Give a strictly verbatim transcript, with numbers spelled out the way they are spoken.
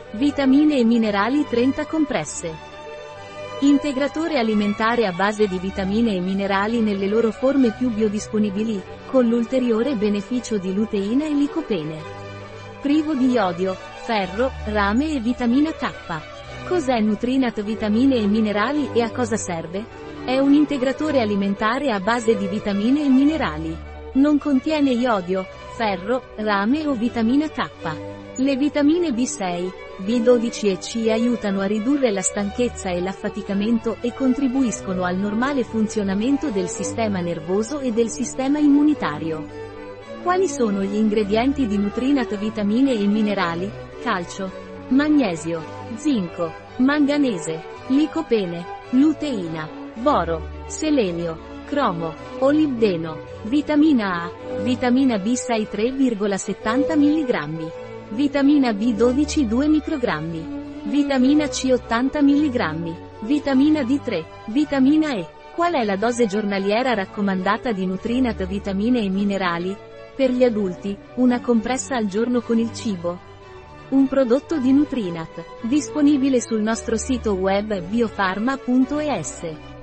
Vitamine e minerali trenta compresse. Integratore alimentare a base di vitamine e minerali nelle loro forme più biodisponibili, con l'ulteriore beneficio di luteina e licopene. Privo di iodio, ferro, rame e vitamina K. Cos'è Nutrinat Vitamine e Minerali e a cosa serve? È un integratore alimentare a base di vitamine e minerali. Non contiene iodio, ferro, rame o vitamina K. Le vitamine B sei, B dodici e C aiutano a ridurre la stanchezza e l'affaticamento e contribuiscono al normale funzionamento del sistema nervoso e del sistema immunitario. Quali sono gli ingredienti di Nutrinat Vitamine e Minerali? Calcio, magnesio, zinco, manganese, licopene, luteina, boro, selenio, cromo, olibdeno, vitamina A, vitamina B sei tre virgola settanta milligrammi, vitamina B dodici due microgrammi, vitamina C ottanta milligrammi, vitamina D tre, vitamina E. Qual è la dose giornaliera raccomandata di Nutrinat Vitamine e Minerali? Per gli adulti, una compressa al giorno con il cibo. Un prodotto di Nutrinat, disponibile sul nostro sito web biofarma punto es.